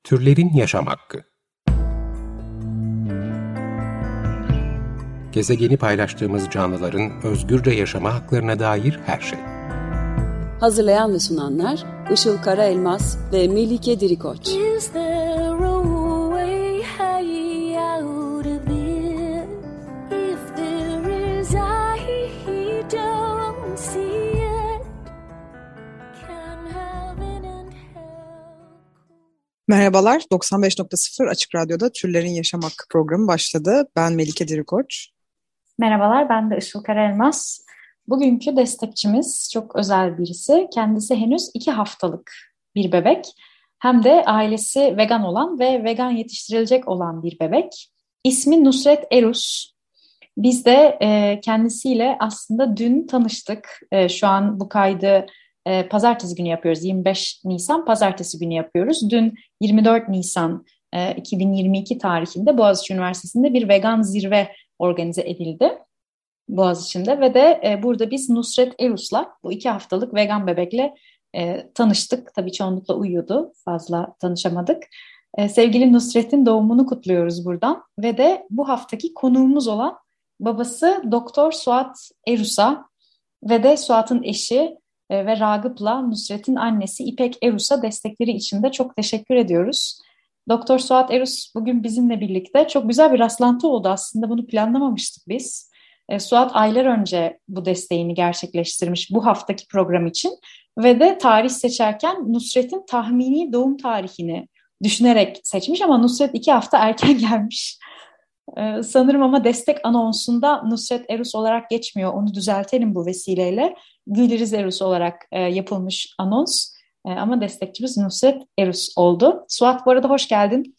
Türlerin yaşam hakkı. Gezegeni paylaştığımız canlıların özgürce yaşama haklarına dair her şey. Hazırlayan ve sunanlar Işıl Karaelmaz ve Melike Dirikoç. Merhabalar, 95.0 Açık Radyo'da Türlerin Yaşam Hakkı programı başladı. Ben Melike Dirikoç. Merhabalar, ben de Işıl Karaelmaz. Bugünkü destekçimiz çok özel birisi. Kendisi henüz 2 haftalık bir bebek. Hem de ailesi vegan olan ve vegan yetiştirilecek olan bir bebek. İsmi Nusret Erus. Biz de kendisiyle aslında dün tanıştık. Şu an bu kaydı pazartesi günü yapıyoruz. 25 Nisan pazartesi günü yapıyoruz. Dün 24 Nisan 2022 tarihinde Boğaziçi Üniversitesi'nde bir vegan zirve organize edildi Boğaziçi'nde ve de burada biz Nusret Erus'la bu 2 haftalık vegan bebekle tanıştık. Tabii çoğunlukla uyuyordu. Fazla tanışamadık. Sevgili Nusret'in doğumunu kutluyoruz buradan ve de bu haftaki konuğumuz olan babası Doktor Suat Erus'a ve de Suat'ın eşi ve Ragıp'la Nusret'in annesi İpek Erus'a destekleri için de çok teşekkür ediyoruz. Doktor Suat Erus bugün bizimle birlikte. Çok güzel bir rastlantı oldu aslında, bunu planlamamıştık biz. Suat aylar önce bu desteğini gerçekleştirmiş bu haftaki program için ve de tarih seçerken Nusret'in tahmini doğum tarihini düşünerek seçmiş ama Nusret 2 hafta erken gelmiş. Sanırım ama destek anonsunda Nusret Erus olarak geçmiyor. Onu düzeltelim bu vesileyle. Gülriz Erus olarak yapılmış anons. Ama destekçimiz Nusret Erus oldu. Suat, bu arada hoş geldin.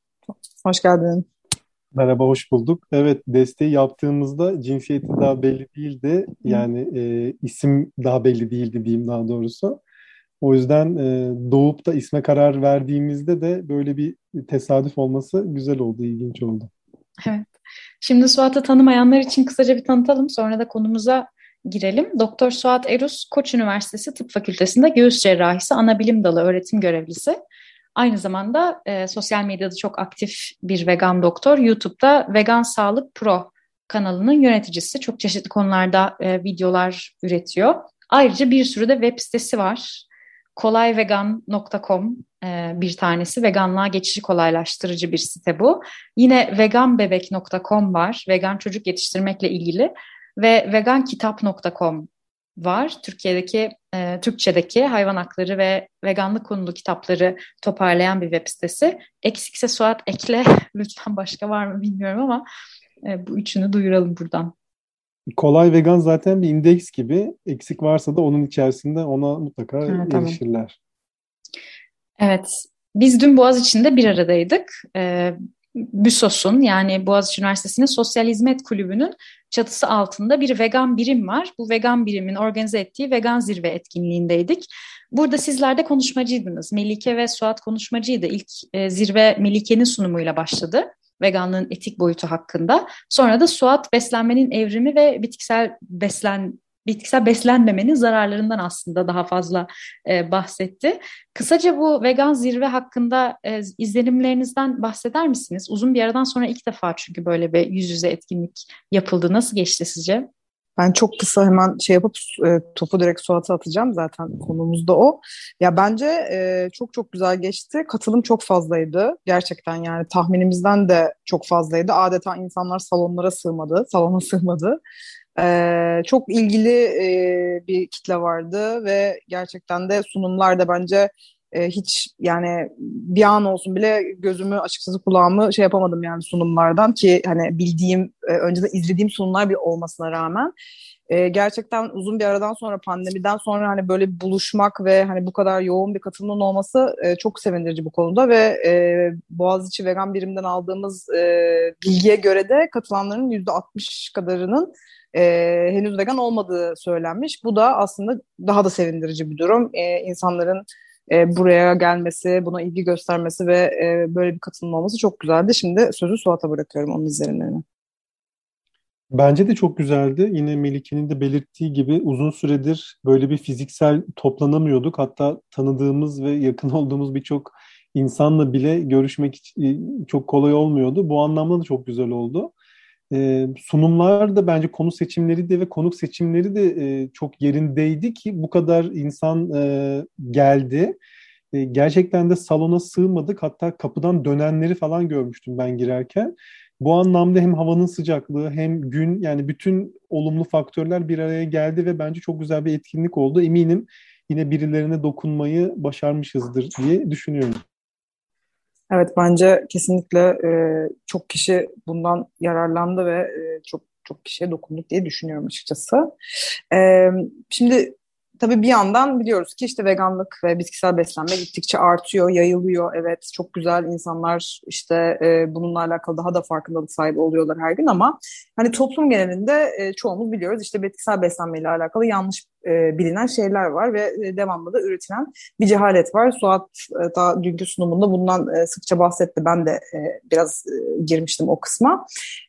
Hoş geldin. Merhaba, hoş bulduk. Evet, desteği yaptığımızda cinsiyeti daha belli değildi. Yani isim daha belli değildi diyeyim daha doğrusu. O yüzden doğup da isme karar verdiğimizde de böyle bir tesadüf olması güzel oldu, ilginç oldu. Evet. Şimdi Suat'ı tanımayanlar için kısaca bir tanıtalım. Sonra da konumuza girelim. Doktor Suat Erus, Koç Üniversitesi Tıp Fakültesi'nde göğüs cerrahisi anabilim dalı öğretim görevlisi. Aynı zamanda sosyal medyada çok aktif bir vegan doktor. YouTube'da Vegan Sağlık Pro kanalının yöneticisi. Çok çeşitli konularda videolar üretiyor. Ayrıca bir sürü de web sitesi var. kolayvegan.com bir tanesi. Veganlığa geçişi kolaylaştırıcı bir site bu. Yine veganbebek.com var. Vegan çocuk yetiştirmekle ilgili. Ve vegankitap.com var. Türkçedeki hayvan hakları ve veganlık konulu kitapları toparlayan bir web sitesi. Eksikse Suat ekle. Lütfen, başka var mı bilmiyorum ama bu üçünü duyuralım buradan. Kolay Vegan zaten bir indeks gibi. Eksik varsa da onun içerisinde ona mutlaka erişirler. Evet. Biz dün Boğaziçi'nde bir aradaydık. BÜSOS'un, yani Boğaziçi Üniversitesi'nin Sosyal Hizmet Kulübü'nün çatısı altında bir vegan birim var. Bu vegan birimin organize ettiği vegan zirve etkinliğindeydik. Burada sizler de konuşmacıydınız. Melike ve Suat konuşmacıydı. İlk zirve Melike'nin sunumuyla başladı. Veganlığın etik boyutu hakkında. Sonra da Suat beslenmenin evrimi ve bitkisel beslenmemenin zararlarından aslında daha fazla bahsetti. Kısaca bu vegan zirve hakkında izlenimlerinizden bahseder misiniz? Uzun bir aradan sonra ilk defa çünkü böyle bir yüz yüze etkinlik yapıldı. Nasıl geçti sizce? Ben çok kısa hemen yapıp topu direkt Suat'a atacağım, zaten konumuz da o. Ya bence çok çok güzel geçti. Katılım çok fazlaydı. Gerçekten yani tahminimizden de çok fazlaydı. Adeta insanlar salona sığmadı. Çok ilgili bir kitle vardı ve gerçekten de sunumlar da bence hiç yani bir an olsun bile gözümü, açıkçası kulağımı yapamadım yani sunumlardan, ki hani bildiğim, önceden izlediğim sunumlar bir olmasına rağmen gerçekten uzun bir aradan sonra, pandemiden sonra hani böyle bir buluşmak ve hani bu kadar yoğun bir katılımın olması çok sevindirici bu konuda ve Boğaziçi Vegan Birim'den aldığımız bilgiye göre de katılanların %60 kadarının henüz vegan olmadığı söylenmiş. Bu da aslında daha da sevindirici bir durum. İnsanların buraya gelmesi, buna ilgi göstermesi ve böyle bir katılım olması çok güzeldi. Şimdi sözü Suat'a bırakıyorum, onun izlenimlerini. Bence de çok güzeldi. Yine Melike'nin de belirttiği gibi uzun süredir böyle bir fiziksel toplanamıyorduk. Hatta tanıdığımız ve yakın olduğumuz birçok insanla bile görüşmek çok kolay olmuyordu. Bu anlamda da çok güzel oldu. Sunumlar da bence konu seçimleri de ve konuk seçimleri de çok yerindeydi ki bu kadar insan geldi. Gerçekten de salona sığmadık. Hatta kapıdan dönenleri falan görmüştüm ben girerken. Bu anlamda hem havanın sıcaklığı hem gün, yani bütün olumlu faktörler bir araya geldi ve bence çok güzel bir etkinlik oldu. Eminim yine birilerine dokunmayı başarmışızdır diye düşünüyorum. Evet, bence kesinlikle çok kişi bundan yararlandı ve çok çok kişiye dokunduk diye düşünüyorum açıkçası. Şimdi tabii bir yandan biliyoruz ki işte veganlık ve bitkisel beslenme gittikçe artıyor, yayılıyor. Evet, çok güzel, insanlar işte bununla alakalı daha da farkındalık sahibi oluyorlar her gün, ama hani toplum genelinde çoğumuz biliyoruz işte bitkisel beslenmeyle alakalı yanlış bilinen şeyler var ve devamlı da üretilen bir cehalet var. Suat da dünkü sunumunda bundan sıkça bahsetti. Ben de biraz girmiştim o kısma.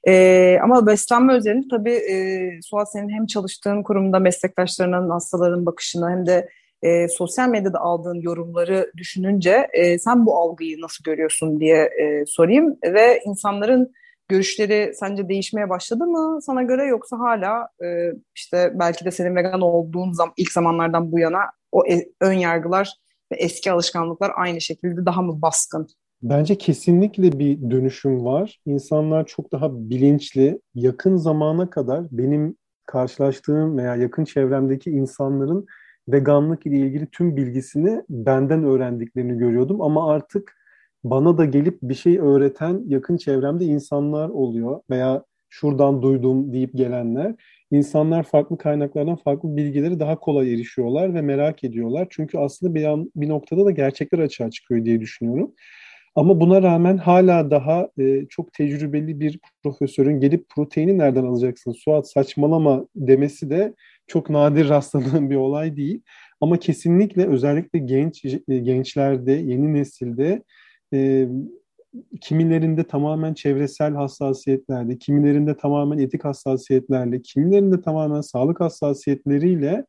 Ama beslenme özelinde tabii Suat, senin hem çalıştığın kurumda meslektaşlarının, hastaların bakışını hem de sosyal medyada aldığın yorumları düşününce sen bu algıyı nasıl görüyorsun diye sorayım. Ve insanların görüşleri sence değişmeye başladı mı sana göre, yoksa hala işte belki de senin vegan olduğun ilk zamanlardan bu yana o ön yargılar ve eski alışkanlıklar aynı şekilde daha mı baskın? Bence kesinlikle bir dönüşüm var. İnsanlar çok daha bilinçli. Yakın zamana kadar benim karşılaştığım veya yakın çevremdeki insanların veganlık ile ilgili tüm bilgisini benden öğrendiklerini görüyordum. Ama artık bana da gelip bir şey öğreten yakın çevremde insanlar oluyor veya şuradan duydum deyip gelenler. İnsanlar farklı kaynaklardan farklı bilgileri daha kolay erişiyorlar ve merak ediyorlar. Çünkü aslında bir noktada da gerçekler açığa çıkıyor diye düşünüyorum. Ama buna rağmen hala daha çok tecrübeli bir profesörün gelip proteini nereden alacaksın Suat saçmalama demesi de çok nadir rastladığım bir olay değil. Ama kesinlikle özellikle gençlerde, yeni nesilde e, kimilerinde tamamen çevresel hassasiyetlerde, kimilerinde tamamen etik hassasiyetlerle, kimilerinde tamamen sağlık hassasiyetleriyle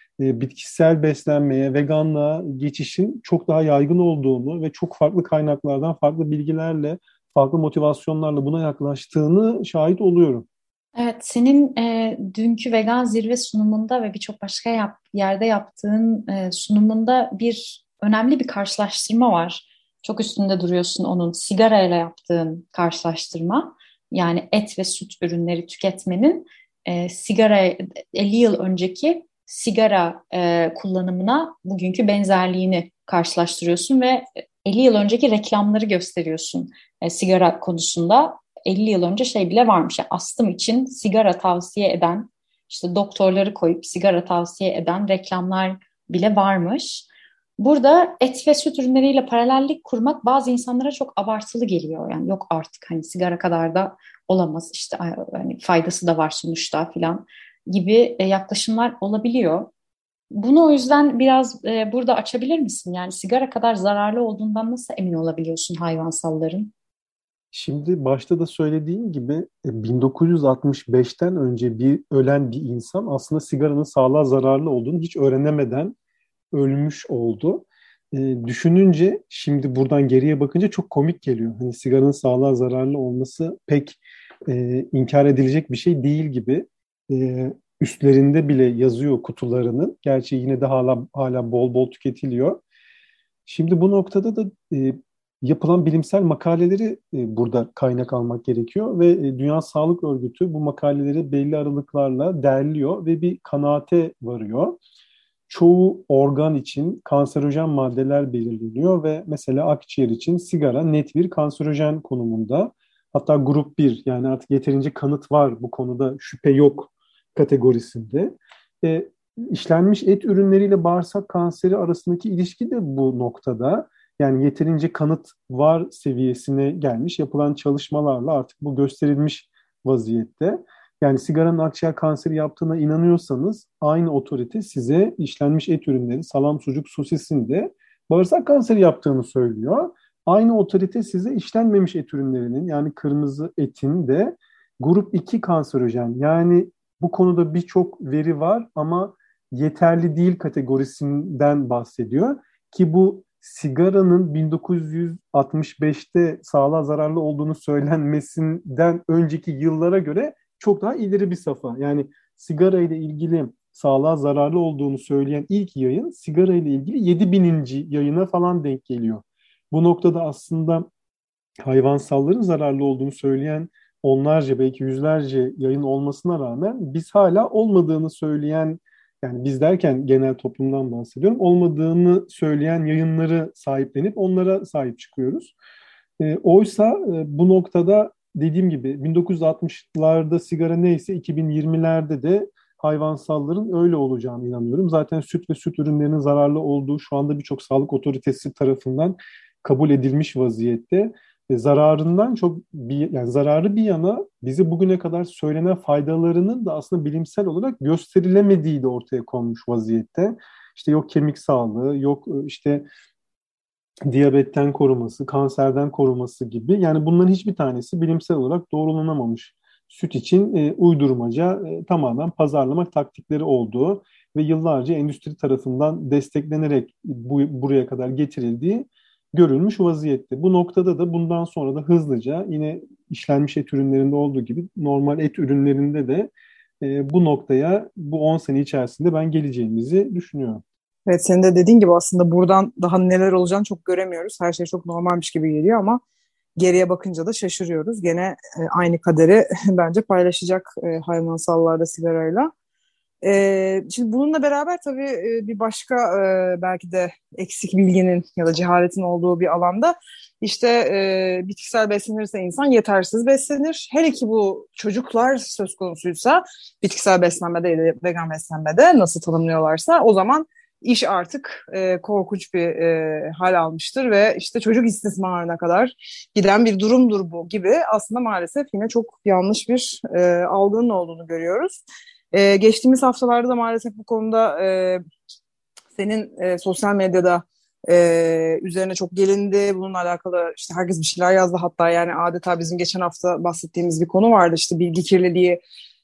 bitkisel beslenmeye, veganlığa geçişin çok daha yaygın olduğunu ve çok farklı kaynaklardan, farklı bilgilerle, farklı motivasyonlarla buna yaklaştığını şahit oluyorum. Evet, senin dünkü vegan zirve sunumunda ve birçok başka yerde yaptığın sunumunda önemli bir karşılaştırma var. Çok üstünde duruyorsun onun. Sigara ile yaptığın karşılaştırma. Yani et ve süt ürünleri tüketmenin sigara 50 yıl önceki sigara kullanımına bugünkü benzerliğini karşılaştırıyorsun ve 50 yıl önceki reklamları gösteriyorsun sigara konusunda. 50 yıl önce şey bile varmış. Yani astım için sigara tavsiye eden, işte doktorları koyup sigara tavsiye eden reklamlar bile varmış. Burada et ve süt ürünleriyle paralellik kurmak bazı insanlara çok abartılı geliyor. Yani yok artık hani sigara kadar da olamaz, işte hani faydası da var sonuçta filan gibi yaklaşımlar olabiliyor. Bunu o yüzden biraz burada açabilir misin? Yani sigara kadar zararlı olduğundan nasıl emin olabiliyorsun hayvansalların? Şimdi başta da söylediğim gibi 1965'ten önce ölen bir insan aslında sigaranın sağlığa zararlı olduğunu hiç öğrenemeden ölmüş oldu. Düşününce şimdi buradan geriye bakınca çok komik geliyor. Hani sigaranın sağlığa zararlı olması pek inkar edilecek bir şey değil gibi. Üstlerinde bile yazıyor kutularının. Gerçi yine de hala bol bol tüketiliyor. Şimdi bu noktada da yapılan bilimsel makaleleri burada kaynak almak gerekiyor ve Dünya Sağlık Örgütü bu makaleleri belli aralıklarla derliyor ve bir kanaate varıyor. Çoğu organ için kanserojen maddeler belirleniyor ve mesela akciğer için sigara net bir kanserojen konumunda. Hatta grup bir, yani artık yeterince kanıt var bu konuda, şüphe yok kategorisinde. E, işlenmiş et ürünleriyle bağırsak kanseri arasındaki ilişki de bu noktada. Yani yeterince kanıt var seviyesine gelmiş. Yapılan çalışmalarla artık bu gösterilmiş vaziyette. Yani sigaranın akciğer kanseri yaptığına inanıyorsanız aynı otorite size işlenmiş et ürünleri, salam, sucuk, sosisin de bağırsak kanseri yaptığını söylüyor. Aynı otorite size işlenmemiş et ürünlerinin, yani kırmızı etin de grup 2 kanserojen, yani bu konuda birçok veri var ama yeterli değil kategorisinden bahsediyor. Ki bu sigaranın 1965'te sağlığa zararlı olduğunu söylenmesinden önceki yıllara göre çok daha ileri bir safa. Yani sigara ile ilgili sağlığa zararlı olduğunu söyleyen ilk yayın sigara ile ilgili 7000. yayına falan denk geliyor. Bu noktada aslında hayvansalların zararlı olduğunu söyleyen onlarca belki yüzlerce yayın olmasına rağmen biz hala olmadığını söyleyen, yani biz derken genel toplumdan bahsediyorum, olmadığını söyleyen yayınları sahiplenip onlara sahip çıkıyoruz. Oysa bu noktada dediğim gibi 1960'larda sigara neyse 2020'lerde de hayvansalların öyle olacağını inanıyorum. Zaten süt ve süt ürünlerinin zararlı olduğu şu anda birçok sağlık otoritesi tarafından kabul edilmiş vaziyette. Zararından çok yani zararı bir yana bize bugüne kadar söylenen faydalarının da aslında bilimsel olarak gösterilemediği de ortaya konmuş vaziyette. İşte yok kemik sağlığı, yok işte diyabetten koruması, kanserden koruması gibi. Yani bunların hiçbir tanesi bilimsel olarak doğrulanamamış. Süt için uydurmaca, tamamen pazarlama taktikleri olduğu ve yıllarca endüstri tarafından desteklenerek buraya kadar getirildiği görülmüş vaziyette. Bu noktada da bundan sonra da hızlıca yine işlenmiş et ürünlerinde olduğu gibi normal et ürünlerinde de bu noktaya bu 10 sene içerisinde ben geleceğimizi düşünüyorum. Evet, senin de dediğin gibi aslında buradan daha neler olacağını çok göremiyoruz. Her şey çok normalmiş gibi geliyor ama geriye bakınca da şaşırıyoruz. Gene aynı kaderi bence paylaşacak hayvansallarda sigarayla. Şimdi bununla beraber tabii bir başka belki de eksik bilginin ya da cehaletin olduğu bir alanda işte bitkisel beslenirse insan yetersiz beslenir. Hele ki bu çocuklar söz konusuysa bitkisel beslenmede ya da vegan beslenmede nasıl tanımlıyorlarsa o zaman iş artık korkunç bir hal almıştır ve işte çocuk istismarına kadar giden bir durumdur bu gibi. Aslında maalesef yine çok yanlış bir algının olduğunu görüyoruz. Geçtiğimiz haftalarda da maalesef bu konuda senin sosyal medyada üzerine çok gelindi. Bununla alakalı işte herkes bir şeyler yazdı. Hatta yani adeta bizim geçen hafta bahsettiğimiz bir konu vardı. İşte bilgi kirliliği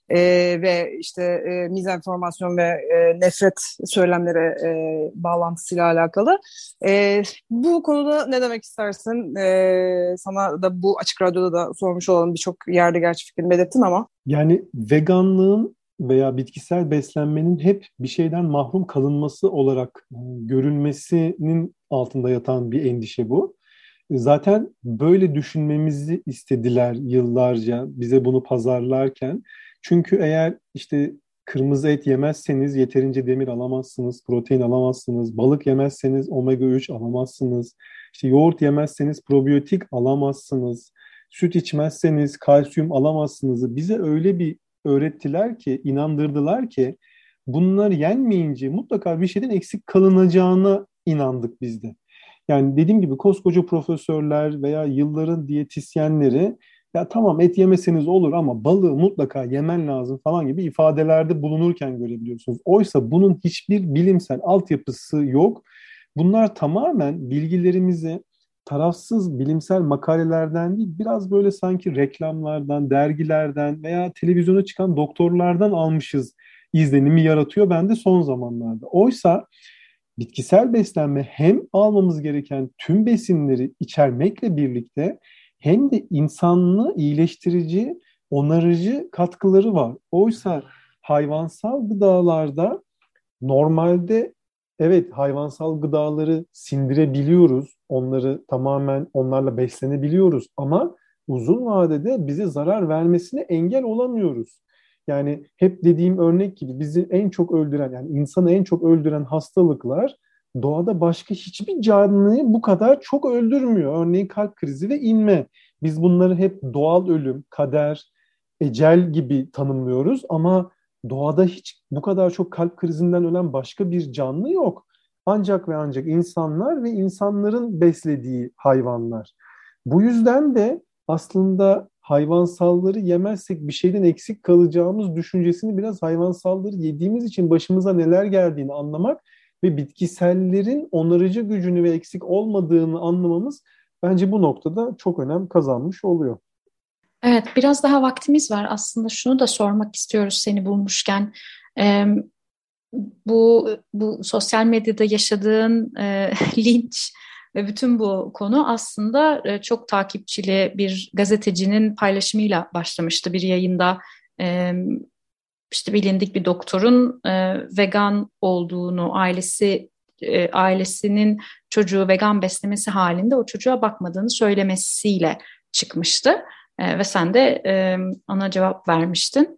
ve işte mizenformasyon ve nefret söylemleri bağlantısıyla alakalı. Bu konuda ne demek istersin? Sana da bu Açık Radyo'da da sormuş olalım. Birçok yerde gerçi fikrini belirttin ama. Yani veganlığın veya bitkisel beslenmenin hep bir şeyden mahrum kalınması olarak görülmesinin altında yatan bir endişe bu. Zaten böyle düşünmemizi istediler yıllarca bize bunu pazarlarken. Çünkü eğer işte kırmızı et yemezseniz yeterince demir alamazsınız, protein alamazsınız. Balık yemezseniz omega 3 alamazsınız. İşte yoğurt yemezseniz probiyotik alamazsınız. Süt içmezseniz kalsiyum alamazsınız. Bize öyle bir öğrettiler ki, inandırdılar ki bunlar yenmeyince mutlaka bir şeyden eksik kalınacağına inandık biz de. Yani dediğim gibi koskoca profesörler veya yılların diyetisyenleri ya tamam et yemeseniz olur ama balığı mutlaka yemen lazım falan gibi ifadelerde bulunurken görebiliyorsunuz. Oysa bunun hiçbir bilimsel altyapısı yok. Bunlar tamamen bilgilerimizi tarafsız bilimsel makalelerden değil, biraz böyle sanki reklamlardan, dergilerden veya televizyona çıkan doktorlardan almışız izlenimi yaratıyor bende son zamanlarda. Oysa bitkisel beslenme hem almamız gereken tüm besinleri içermekle birlikte hem de insanlığı iyileştirici, onarıcı katkıları var. Oysa hayvansal gıdalarda normalde evet hayvansal gıdaları sindirebiliyoruz. Onları tamamen onlarla beslenebiliyoruz ama uzun vadede bize zarar vermesine engel olamıyoruz. Yani hep dediğim örnek gibi bizi en çok öldüren yani insanı en çok öldüren hastalıklar doğada başka hiçbir canlıyı bu kadar çok öldürmüyor. Örneğin kalp krizi ve inme. Biz bunları hep doğal ölüm, kader, ecel gibi tanımlıyoruz ama doğada hiç bu kadar çok kalp krizinden ölen başka bir canlı yok. Ancak ve ancak insanlar ve insanların beslediği hayvanlar. Bu yüzden de aslında hayvansalları yemezsek bir şeyden eksik kalacağımız düşüncesini biraz hayvansalları yediğimiz için başımıza neler geldiğini anlamak ve bitkisellerin onarıcı gücünü ve eksik olmadığını anlamamız bence bu noktada çok önem kazanmış oluyor. Evet, biraz daha vaktimiz var. Aslında şunu da sormak istiyoruz seni bulmuşken. Bu sosyal medyada yaşadığın linç Ve bütün bu konu aslında çok takipçili bir gazetecinin paylaşımıyla başlamıştı bir yayında. E, işte bilindik bir doktorun vegan olduğunu, ailesinin çocuğu vegan beslemesi halinde o çocuğa bakmadığını söylemesiyle çıkmıştı. Ve sen de ona cevap vermiştin.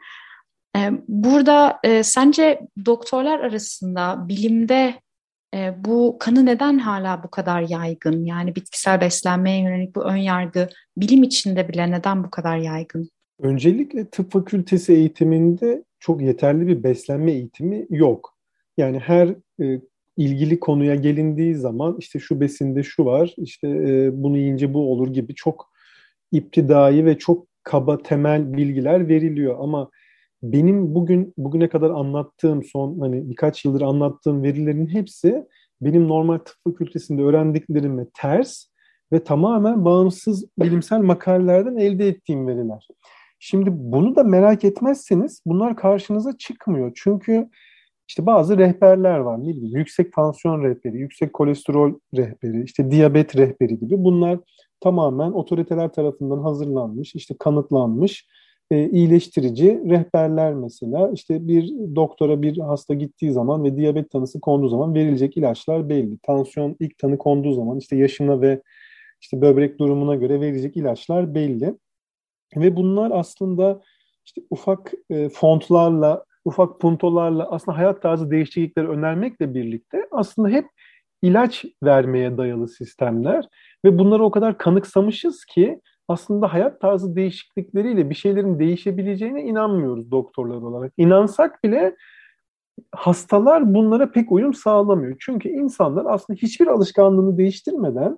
Burada sence doktorlar arasında, bilimde bu kanı neden hala bu kadar yaygın? Yani bitkisel beslenmeye yönelik bu ön yargı bilim içinde bile neden bu kadar yaygın? Öncelikle tıp fakültesi eğitiminde çok yeterli bir beslenme eğitimi yok. Yani her ilgili konuya gelindiği zaman işte şu besinde şu var, işte bunu yiyince bu olur gibi çok iptidai ve çok kaba temel bilgiler veriliyor. Ama benim bugüne kadar anlattığım son hani birkaç yıldır anlattığım verilerin hepsi benim normal tıp fakültesinde öğrendiklerime ters ve tamamen bağımsız bilimsel makalelerden elde ettiğim veriler. Şimdi bunu da merak etmezseniz bunlar karşınıza çıkmıyor. Çünkü işte bazı rehberler var. Ne bileyim, yüksek tansiyon rehberi, yüksek kolesterol rehberi, işte diyabet rehberi gibi. Bunlar tamamen otoriteler tarafından hazırlanmış, işte kanıtlanmış iyileştirici rehberler mesela. İşte bir doktora bir hasta gittiği zaman ve diyabet tanısı konduğu zaman verilecek ilaçlar belli. Tansiyon ilk tanı konduğu zaman işte yaşına ve işte böbrek durumuna göre verilecek ilaçlar belli. Ve bunlar aslında işte ufak fontlarla, ufak puntolarla aslında hayat tarzı değişiklikleri önermekle birlikte aslında hep ilaç vermeye dayalı sistemler ve bunları o kadar kanıksamışız ki aslında hayat tarzı değişiklikleriyle bir şeylerin değişebileceğine inanmıyoruz doktorlar olarak. İnansak bile hastalar bunlara pek uyum sağlamıyor. Çünkü insanlar aslında hiçbir alışkanlığını değiştirmeden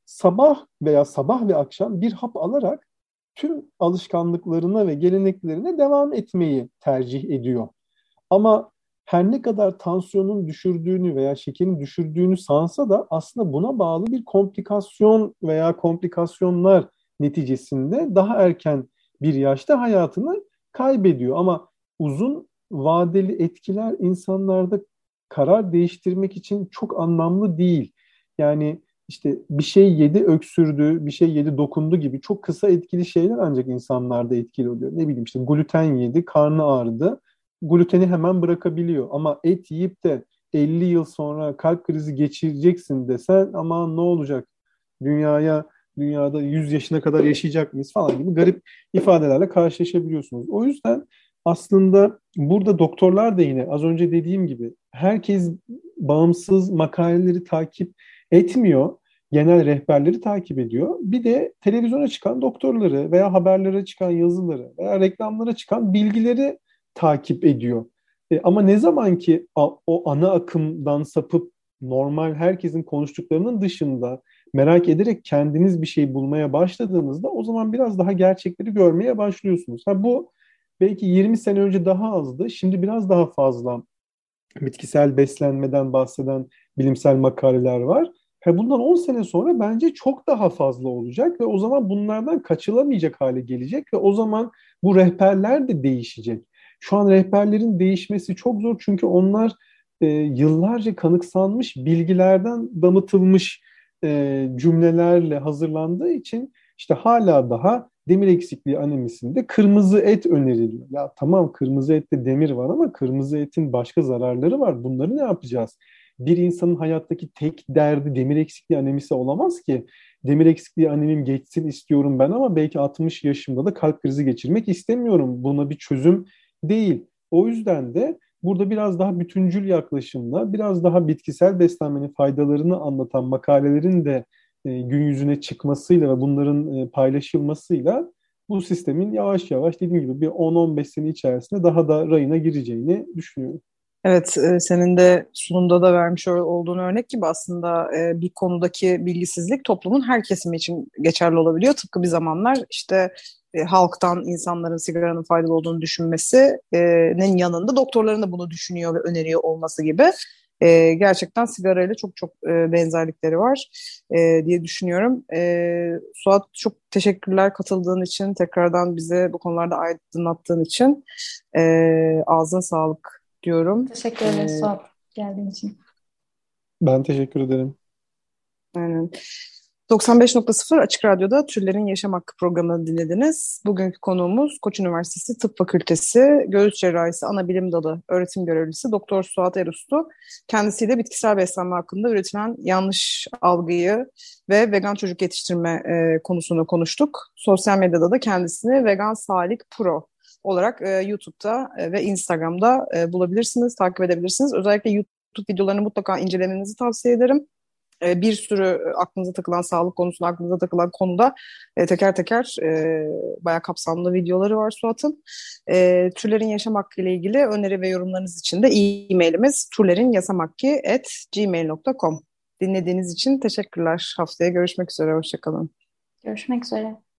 sabah ve akşam bir hap alarak tüm alışkanlıklarına ve geleneklerine devam etmeyi tercih ediyor. Ama her ne kadar tansiyonun düşürdüğünü veya şekerin düşürdüğünü sansa da aslında buna bağlı bir komplikasyon veya komplikasyonlar neticesinde daha erken bir yaşta hayatını kaybediyor. Ama uzun vadeli etkiler insanlarda karar değiştirmek için çok anlamlı değil. Yani işte bir şey yedi öksürdü, bir şey yedi dokundu gibi çok kısa etkili şeyler ancak insanlarda etkili oluyor. Ne bileyim işte gluten yedi, karnı ağrıdı. Gluteni hemen bırakabiliyor. Ama et yiyip de 50 yıl sonra kalp krizi geçireceksin desen aman ne olacak? Dünyada 100 yaşına kadar yaşayacak mıyız falan gibi garip ifadelerle karşılaşabiliyorsunuz. O yüzden aslında burada doktorlar da yine az önce dediğim gibi herkes bağımsız makaleleri takip etmiyor. Genel rehberleri takip ediyor. Bir de televizyona çıkan doktorları veya haberlere çıkan yazıları veya reklamlara çıkan bilgileri takip ediyor. Ama ne zaman ki o ana akımdan sapıp normal herkesin konuştuklarının dışında merak ederek kendiniz bir şey bulmaya başladığınızda o zaman biraz daha gerçekleri görmeye başlıyorsunuz. Bu belki 20 sene önce daha azdı. Şimdi biraz daha fazla bitkisel beslenmeden bahseden bilimsel makaleler var. Bundan 10 sene sonra bence çok daha fazla olacak ve o zaman bunlardan kaçılamayacak hale gelecek ve o zaman bu rehberler de değişecek. Şu an rehberlerin değişmesi çok zor çünkü onlar yıllarca kanıksanmış bilgilerden damıtılmış cümlelerle hazırlandığı için işte hala daha demir eksikliği anemisinde kırmızı et öneriliyor. Ya tamam, kırmızı ette demir var ama kırmızı etin başka zararları var. Bunları ne yapacağız? Bir insanın hayattaki tek derdi demir eksikliği anemisi olamaz ki. Demir eksikliği anemim geçsin istiyorum ben ama belki 60 yaşımda da kalp krizi geçirmek istemiyorum. Buna bir çözüm değil. O yüzden de burada biraz daha bütüncül yaklaşımla, biraz daha bitkisel beslenmenin faydalarını anlatan makalelerin de gün yüzüne çıkmasıyla ve bunların paylaşılmasıyla bu sistemin yavaş yavaş dediğim gibi bir 10-15 sene içerisinde daha da rayına gireceğini düşünüyorum. Evet, senin de sunumda da vermiş olduğun örnek gibi aslında bir konudaki bilgisizlik toplumun her kesimi için geçerli olabiliyor. Tıpkı bir zamanlar işte halktan insanların sigaranın faydalı olduğunu düşünmesinin yanında doktorların da bunu düşünüyor ve öneriyor olması gibi. Gerçekten sigarayla çok çok benzerlikleri var diye düşünüyorum. Suat, çok teşekkürler katıldığın için, tekrardan bize bu konularda aydınlattığın için. Ağzına sağlık diyorum. Teşekkür ederim Suat, geldiğin için. Ben teşekkür ederim. Aynen. 95.0 Açık Radyo'da Türlerin Yaşam Hakkı programını dinlediniz. Bugünkü konuğumuz Koç Üniversitesi Tıp Fakültesi Göğüs Cerrahisi Anabilim Dalı öğretim görevlisi Doktor Suat Erus'tu. Kendisiyle bitkisel beslenme hakkında üretilen yanlış algıyı ve vegan çocuk yetiştirme konusunu konuştuk. Sosyal medyada da kendisini Vegan Sağlık Pro olarak YouTube'da ve Instagram'da bulabilirsiniz, takip edebilirsiniz. Özellikle YouTube videolarını mutlaka incelemenizi tavsiye ederim. Bir sürü aklınıza takılan, sağlık konusunda aklınıza takılan konuda teker teker bayağı kapsamlı videoları var Suat'ın. Türlerin yaşam hakkı ile ilgili öneri ve yorumlarınız için de e-mailimiz turlerinyasamakki@gmail.com. Dinlediğiniz için teşekkürler. Haftaya görüşmek üzere. Hoşçakalın. Görüşmek üzere.